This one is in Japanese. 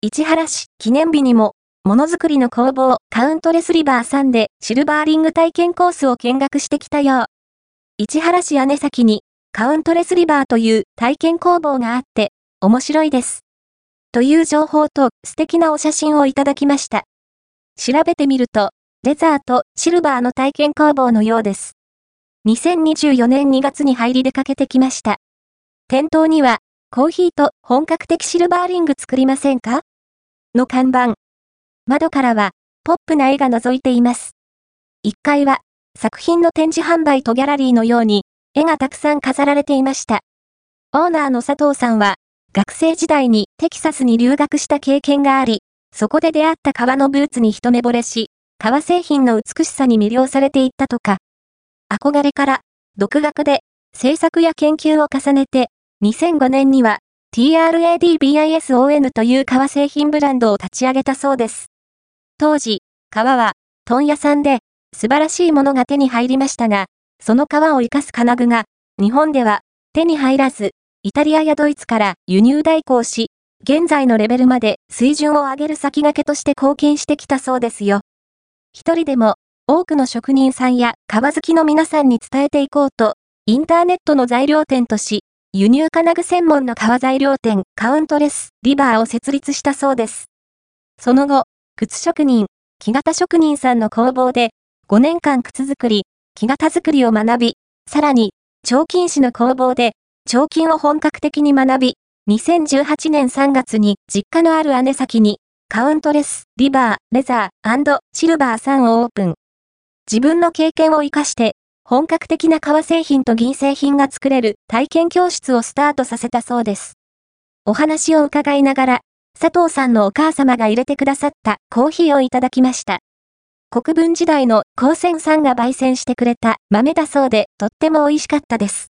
市原市記念日にも、ものづくりの工房カウントレスリバーさんでシルバーリング体験コースを見学してきたよ。市原市姉崎にカウントレスリバーという体験工房があって面白いです。という情報と素敵なお写真をいただきました。調べてみると、レザーとシルバーの体験工房のようです。2024年2月に入り出かけてきました。店頭には、コーヒーと本格的シルバーリング作りませんかの看板。窓からは、ポップな絵が覗いています。1階は、作品の展示販売とギャラリーのように、絵がたくさん飾られていました。オーナーの佐藤さんは、学生時代にテキサスに留学した経験があり、そこで出会った革のブーツに一目惚れし、革製品の美しさに魅了されていったとか。憧れから、独学で、制作や研究を重ねて、2005年には、TRADBISON という革製品ブランドを立ち上げたそうです。当時、革は、問屋さんで、素晴らしいものが手に入りましたが、その革を生かす金具が、日本では、手に入らず、イタリアやドイツから輸入代行し、現在のレベルまで水準を上げる先駆けとして貢献してきたそうですよ。一人でも、多くの職人さんや革好きの皆さんに伝えていこうと、インターネットの材料店とし、輸入金具専門の革材料店カウントレスリバーを設立したそうです。その後、靴職人、木型職人さんの工房で、5年間靴作り、木型作りを学び、さらに、彫金師の工房で、彫金を本格的に学び、2018年3月に実家のある姉崎に、カウントレス、リバー、レザー&シルバーさんをオープン。自分の経験を活かして、本格的な革製品と銀製品が作れる体験教室をスタートさせたそうです。お話を伺いながら、佐藤さんのお母様が入れてくださったコーヒーをいただきました。国分時代の高専さんが焙煎してくれた豆だそうでとっても美味しかったです。